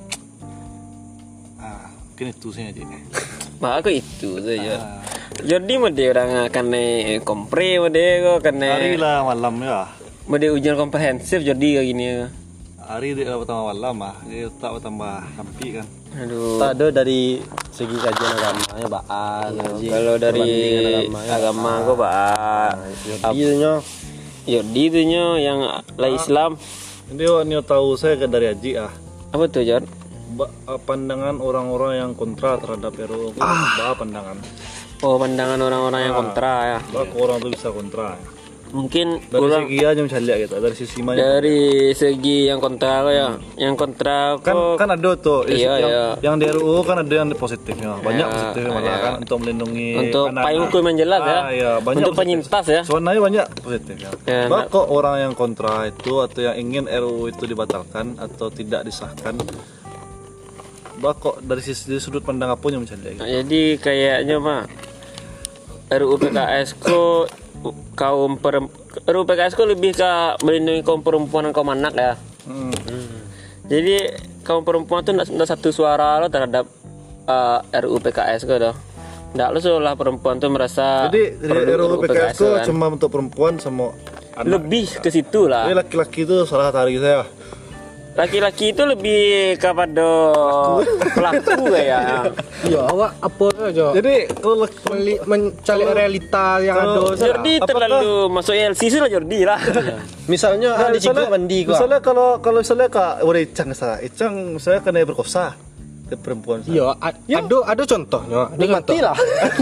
ah, mungkin itu sih aja. Mah aku itu saja. Jordi mau dia orang akan naik kompre mau dia kok akan Hari naik lah malam ya. mau dia ujian komprehensif Jordi kayak gini. Hari dia pertama malam ah, dia tak tambah kampi kan. Aduh. Tak ada dari segi kajian agamanya baan. Haji. Kalau dari Perbandingan agamanya, agama kok bah. Jadinya Jordi itu nya yang lah Islam. Ini ini tahu saya kan dari Haji ah. Apa tuh Jod? Ba- ah, pandangan orang-orang yang kontra terhadap R U U. Bah pandangan. Oh pandangan orang-orang yang kontra ya. Bah orang tuh bisa kontra. Mungkin Dari kurang segi aja bisa lihat gitu. Dari sisi mana? dari segi yang kontra kok ya. Yang kontra Kan kok kan ada tuh Iya, yang, iya. yang di R U U kan ada yang positifnya. Banyak Iya, positifnya malah iya. kan untuk melindungi untuk anak-anak. payung hukum yang jelas ya. Ah, iya, banyak Untuk positif. penyintas ya. Sebenarnya banyak positifnya. Ya, Bah, nah- kok orang yang kontra itu atau yang ingin R U U itu dibatalkan atau tidak disahkan, bah kok dari sisi dari sudut pandang apa yang bisa lihat? Nah, jadi kayaknya mah R U U P K S ku kaum perempuan R U U P K S ku lebih ke melindungi kaum perempuan dan kaum anak ya. Hmm. Jadi kaum perempuan tuh nggak satu suara lo terhadap uh, R U U P K S ku tuh. Nggak lo seolah perempuan tuh merasa Jadi perlu R U U P K S itu kan. cuma untuk perempuan sama anak. Lebih ke situ lah. Jadi laki-laki itu salah satu hari saya. Laki-laki itu lebih kepada pelaku kayak. Ya awak apa aja. Jadi kalau laki- Meli- mencari realita yang kalau- ada. Jordi terlalu masuk L C sih lah Jordi lah. misalnya Nah, ada juga mandi kok. misalnya kalau kalau misalnya kak udah Icang salah, Icang misalnya kena berkosa ke perempuan. Iya, a- ada ada contohnya. Ada Mati lah.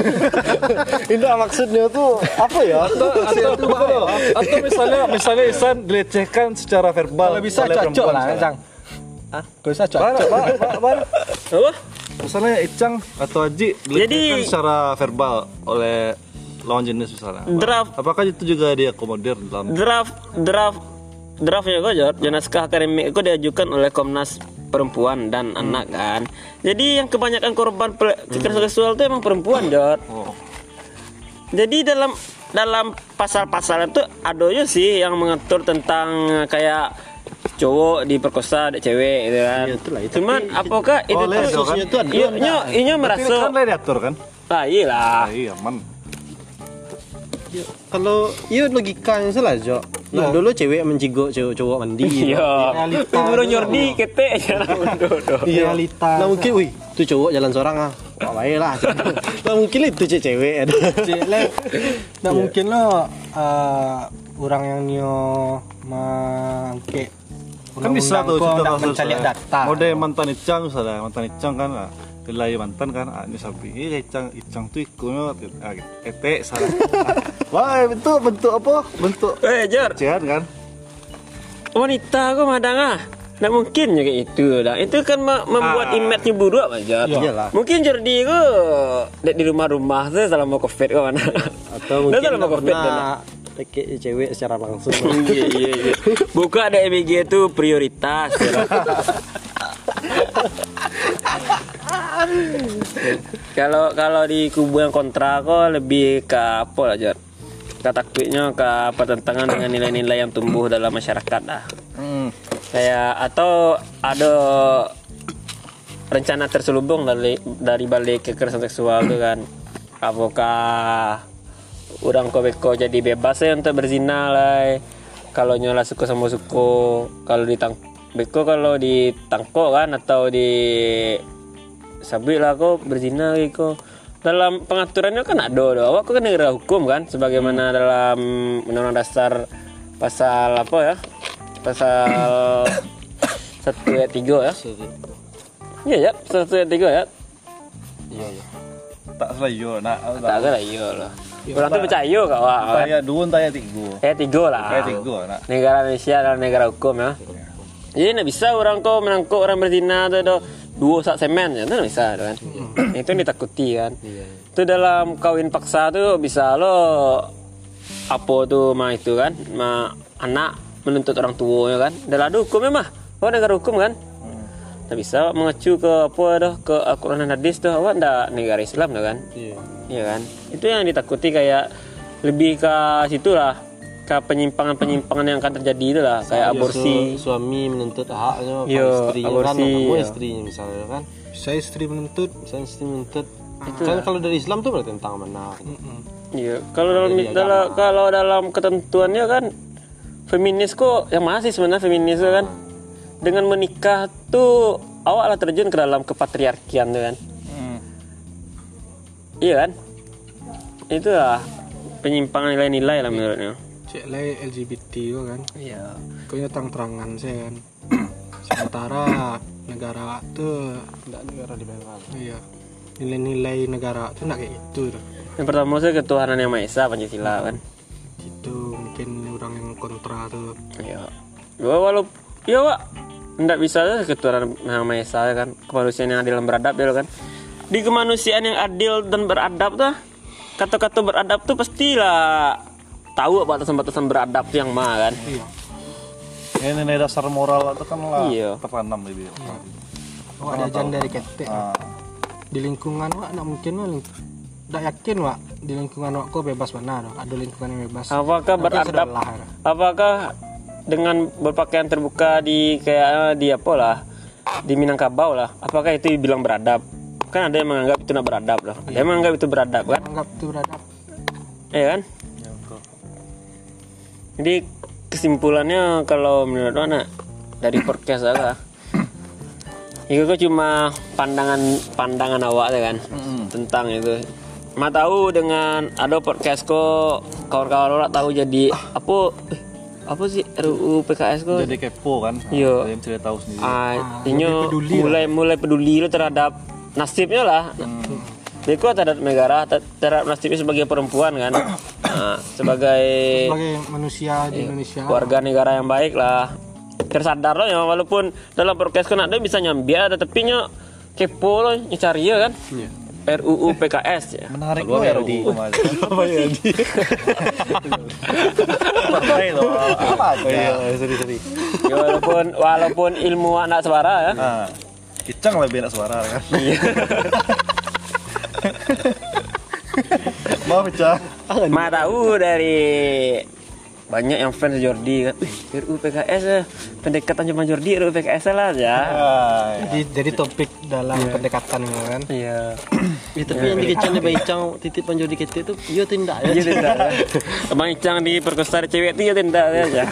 Itu maksudnya tuh apa ya? atau atau, atau misalnya misalnya Isan dilecehkan secara verbal Kalau bisa oleh cocok perempuan lah, misalnya. Cang. Hah? Kalau bisa Bar, cocok. bar, bar, bar. Apa? Misalnya Icang atau Haji dilecehkan Jadi- secara verbal oleh lawan jenis misalnya. Draft Apakah itu juga diakomodir dalam draft draft draftnya kok Jod, ya naskah akademik itu diajukan oleh Komnas Perempuan dan Anak kan. Jadi yang kebanyakan korban pe- kekerasan seksual itu emang perempuan Jod. Oh. Jadi dalam dalam pasal-pasal itu ada aja sih yang mengatur tentang kayak cowok diperkosa ada cewek gitu kan. Iya, itulah, itu. Cuman apakah itu Oleh tuh itu kan? Khususnya tuh ada. Iya, iya, iya Berarti merasa kan lain diatur kan? ah iya lah. Ah, iya, man. Kalau iya logikanya salah Jo. Nah, dulu cewek mencigok cowok cowok mandi. Iya. Tapi baru Jordi kete aja lah. Realita. Nah mungkin, wih, tuh cowok jalan seorang ah. Wah, baik lah. Nah mungkin itu cewek cewek ada. Jelek. Nggak mungkin lo uh, orang yang nio mangke Kan bisa tuh undang-undang kok contoh nggak kasus mencari eh, data. mode mantan Icang misalnya mantan Icang kan ah, nilai mantan kan ah, ini sabi ini Icang Icang tuh ikutnya ah, ete salah wah bentuk bentuk apa bentuk Eh Jor, pelecehan kan wanita kok madang ah. Nggak mungkin ya kayak itu dah. Itu kan ma- membuat Ah. image-nya buruk aja. Iyalah. Mungkin Jordi kok di rumah-rumah tuh selama covid kok mana. Atau Dia mungkin selama nggak covid pernah dah. pakai cewek secara langsung. Iya iya iya. Buka ada M B G itu prioritas. ya. Kalau kalau di kubu yang kontra kok lebih ke apa lah Jor? Takutnya ke pertentangan dengan nilai-nilai yang tumbuh dalam masyarakat dah. hmm. Kayak atau ada rencana terselubung dari dari balik kekerasan seksual itu kan. Apakah orang kobeko jadi bebas ya untuk berzina lah. Kalau nyola suku sama suku, kalau ditang beko kalau ditangkok kan atau di sabit lah kok berzina gitu. Dalam pengaturannya kan ada doh. Awak kan negara hukum kan sebagaimana dalam Undang-Undang Dasar pasal apa ya? Pasal satu ayat tiga ya. Iya ya, seratus ayat tiga ya. Iya iya. Tak selayu nak. Tak ada lah iya lah. Orang tuh percaya kak wah. Saya dua saya tiga. Ayat tiga lah. Ayat tiga nak. Negara Indonesia adalah negara hukum ya. Jadi nggak bisa orang kau menangkap orang berzina tuh do dua sak semen ya, itu nggak bisa tuh kan. Itu yang ditakuti kan. Itu dalam kawin paksa tuh bisa lo apa tuh mah itu kan, mah anak menuntut orang tuanya kan. Dalam ada hukumnya mah, oh negara hukum kan. Nggak bisa mengacu ke apa dah ke Al-Quran dan hadis tuh, awak ndak negara Islam tuh kan. Iya. Iya kan. Itu yang ditakuti kayak lebih ke situlah. Ke penyimpangan-penyimpangan yang akan terjadi itu lah kayak aborsi. Su- suami menuntut haknya Iya, pada istrinya kan, aborsi, kamu iya. istrinya misalnya kan. Saya istri menuntut. Misalnya istri menuntut kan kalau dari Islam tuh berarti tentang benar. Iya, kalau dalam dalam kalau dalam ketentuannya kan feminis kok yang masih sebenarnya feminis tuh kan. Dengan menikah tuh awak lah terjun ke dalam kepatriarkian tuh kan. Hmm. Iya kan? Itulah penyimpangan nilai-nilai lah menurutnya. Cek lagi L G B T itu kan. Iya. Kayaknya terang-terangan saya kan. Sementara negara tuh Tidak negara dibanggakan. iya nilai-nilai negara tuh nggak kayak gitu tuh. Yang pertama sih ketuhanan yang Maha Esa Pancasila kan. Itu mungkin orang yang kontra tuh. Iya. Ya walaupun ya Wak, enggak bisa aja ketuhanan yang Maha Esa kan. Kemanusiaan yang adil dan beradab ya kan. Di kemanusiaan yang adil dan beradab tuh kata-kata beradab tuh pastilah tahu batasan-batasan beradab tuh yang mana kan. Iya. Ini nilai dasar moral itu kan lah Iya. tertanam lebih. Oh, ada ajan dari ketek. Ah, Di lingkungan wak nggak mungkin wak. Nggak yakin wak di lingkungan wak kok bebas mana dong. Ada lingkungan yang bebas. Apakah Mungkin beradab? sudah lah, ya. Apakah dengan berpakaian terbuka di kayak di apa lah di Minangkabau lah? Apakah itu dibilang beradab? Kan ada yang menganggap itu tidak beradab lah. Ada yang menganggap itu beradab kan? Anggap itu beradab. Iya kan? Jadi kesimpulannya kalau menurut Wana dari podcast apa? Itu kok cuma pandangan pandangan awak kan tentang itu. Ma tahu dengan ada podcast kok kawan-kawan orang tahu jadi apa eh, apa sih R U U P K S kok? jadi kepo kan. Iya. Yang tidak tahu sendiri. Ah, lebih inyo peduli mulai mulai peduli lo terhadap nasibnya lah. Dia kok terhadap negara, ter- terhadap nasibnya sebagai perempuan kan, nah, sebagai Sebagai manusia di Indonesia. warga negara yang baik lah. Tersadar lo ya walaupun dalam podcast kan ada bisa nyambi ada tapi nyo kepo lo nyari ya kan. R U U P K S ya. Menarik loh ya di apa ya di apa itu apa aja. Sorry sorry. Ya, walaupun walaupun ilmu anak suara ya. Nah, Icang lebih enak suara kan. Maaf Icang. Ma tahu dari banyak yang fans Jordi kan. Wih, R U U P K S ya. Pendekatan cuma Jordi R U U P K S lah ya. Jadi, jadi topik dalam pendekatan gitu kan. Iya. Ya, tapi yang dikecam di Baicang titipan Jordi Kete itu iya tindak ya. Iya tidak. Abang Icang di perkosa cewek itu ya tidak ya.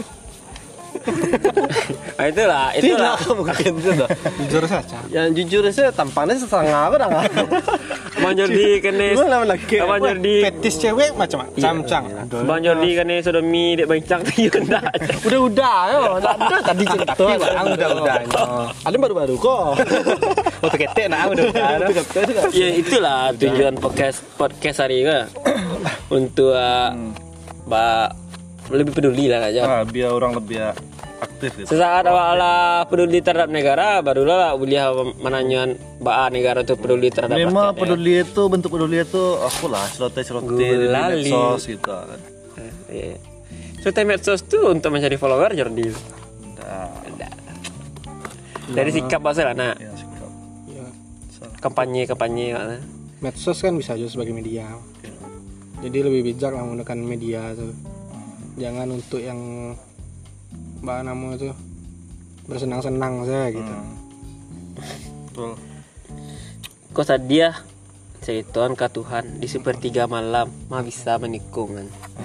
Nah, itulah, itulah. Tidak mungkin sudah. Jujur saja. Yang jujur saya tampangnya setengah apa dah. Abang Jordi kene. Gimana lagi? Abang Jordi. Fetis cewek macam-macam, Cang. Abang Jordi kene sodomi dek Bang Icang tuh ya tidak. Udah-udah ya, ada tadi cerita. Bang, udah-udah. Ada baru-baru kok. Foto ketek nah udah-udah. Ya itulah tujuan podcast podcast hari ini untuk uh, ba lebih peduli lah aja. Nah, biar orang lebih aktif gitu. Sesaat awak lah peduli terhadap negara, barulah boleh menanyakan bahwa negara itu peduli terhadap Memang rakyat. peduli itu bentuk peduli itu aku lah celote-celote di Gulali. medsos gitu kan. Ya. So, time medsos tuh untuk mencari follower Jordi. Nah, Dari sikap bahasa lah, nah ya sikap. Ya, kampanye kampanye. Nah. medsos kan bisa aja sebagai media. Jadi lebih bijak lah menggunakan media tuh. Jangan untuk yang mbak namu itu bersenang-senang saja gitu. Betul. Kau sadia cerituan ke Tuhan di sepertiga malam mah bisa menikung kan.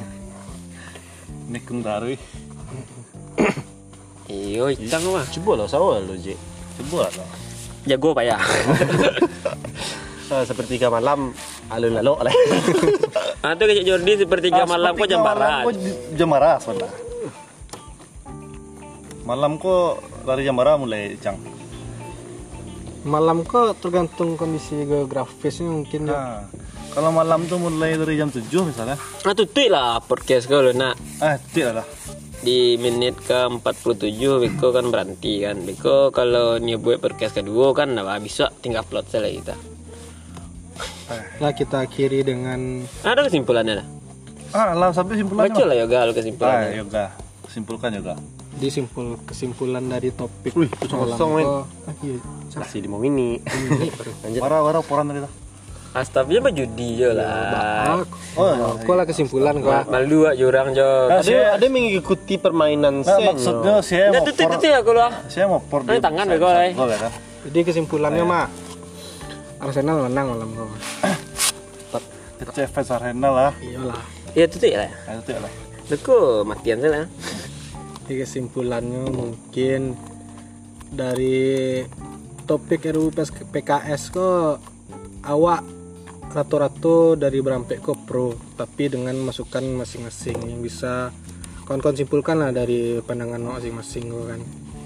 Nikung dari Iyo Icang mah Coba lah sawah lo Ji. coba lah. jago pak ya. Saya sepertiga malam alun-alun lah. Ah tuh kayak Jordi sepertiga malam kok jam barat. Jam marah sebenarnya. Malam kok dari jam marah mulai Cang. Malam kok tergantung kondisi geografisnya mungkin ya. Nah, kalau malam tuh mulai dari jam tujuh misalnya. Nah tutup lah podcast kau lo nak Eh, tidak lah. di menit ke empat puluh tujuh Beko kan berhenti kan. Beko kalau dia buat podcast kedua kan nah bisa tinggal upload saja kita. Lah kita akhiri dengan Ada kesimpulannya lah. Ah, lah sampai simpulannya. Baca lah yoga lo Ah, kesimpulannya. yoga. Simpulkan yoga. disimpul kesimpulan dari topik Wih, malam kosong, men. kok. Ah, iya. Masih lima menit. Lanjut. Warah-warah poran tadi tuh. Astagfirullah judi je lah. Ah, Oh, kok lah kesimpulan kok. Malu ah jurang jo. Nah, Ada ada mengikuti permainan Nah, sen. maksudnya saya Dah mau tutup por, tutup aku lah. saya mau por Ini tangan bego, eh. gol ya kan. Jadi kesimpulannya mak Arsenal menang malam kok. Kecil fans Arsenal lah. Iyalah. Ya tutup lah. Nah, itu lah. Beko matian saja lah. Jadi kesimpulannya mungkin dari topik R U U P K S kok awak rata-rata dari berampek ke pro, tapi dengan masukan masing-masing yang bisa kawan-kawan simpulkan lah dari pandangan masing-masing kok kan.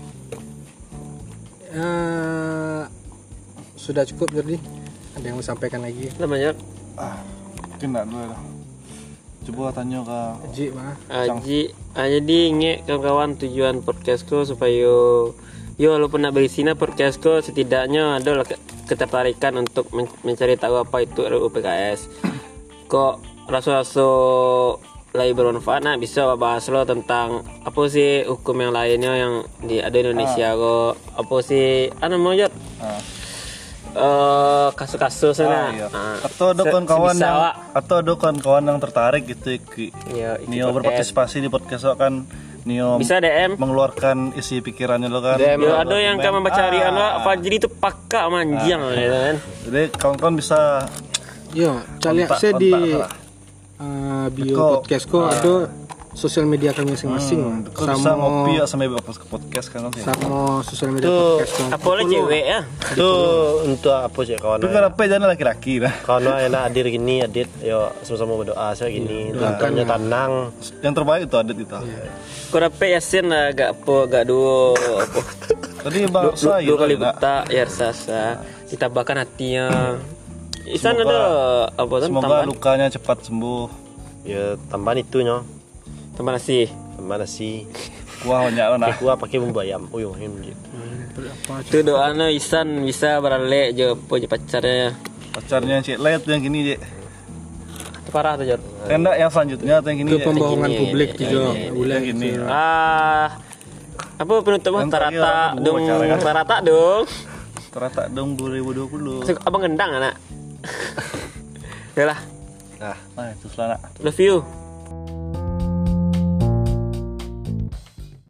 Ya, sudah cukup jadi ada yang mau sampaikan lagi? Namanya Ah, mungkin enggak dulu lah. Coba tanya ke Ji mah. Aji, ah, jadi ingat kawan-kawan tujuan podcastku supaya yo walaupun nak berisi na podcastku setidaknya ada lah ke- ketertarikan untuk men- mencari tahu apa itu R U U P K S. Kok rasa-rasa lagi bermanfaat nak bisa bahas lo tentang apa sih hukum yang lainnya yang di ada di Indonesia kok apa sih anu mau jat ah. eh kasus-kasus Ah, sana. iya. Ah, Atau ada se- kawan-kawan sebisa yang awak. atau ada kawan-kawan yang tertarik gitu iki. Iya, iki Nio podcast. berpartisipasi di podcast awak kan Nio Bisa D M. mengeluarkan isi pikirannya lo kan. D M. Yo ada yang kan membaca Ah. harian lo Fajri itu pakak manjang gitu kan. Jadi kawan-kawan bisa Yo, cari kontak- saya di kontak lah. uh, bio Beko. podcast kok ada sosial media kami masing-masing Hmm, Mak. kau bisa ngopi ya sampai ke podcast kan nanti. sama sosial media Tuh, podcast kok. Apa lah cewek ya? Itu untuk apa sih kawan? Tapi kenapa jangan laki-laki lah. Kawan enak hadir gini, adit, yo sama-sama berdoa saya gini, tentunya tenang. Yang terbaik itu adat itu. Kau dapat yasin lah agak apa agak dua apa. Tadi Dua, bangsa dua, dua kali gitu, nak. buta ya sasa ditambahkan hatinya. Isan Semoga- ada apa tuh Semoga tambahan lukanya cepat sembuh. Ya tambahan itu nyo, tambahan nasi. tambahan nasi. Kuah banyak lo nah. Gua pakai bumbu ayam. Oh yo, gitu. Itu doanya Isan bisa beralek je apa je pacarnya. Pacarnya Cik Lai itu yang gini, Cik. Itu parah tuh Jor. Enggak yang selanjutnya atau yang gini, Ke Cik? pembohongan Gini, publik gini, juga gini, boleh Yang gini. Ah apa penutupnya Yang terakhir tarata apa, dong dua cara kan? tarata dong. Ternyata dong dua ribu dua puluh. Abang gendang anak. Yalah, Nah, itu selana. love you.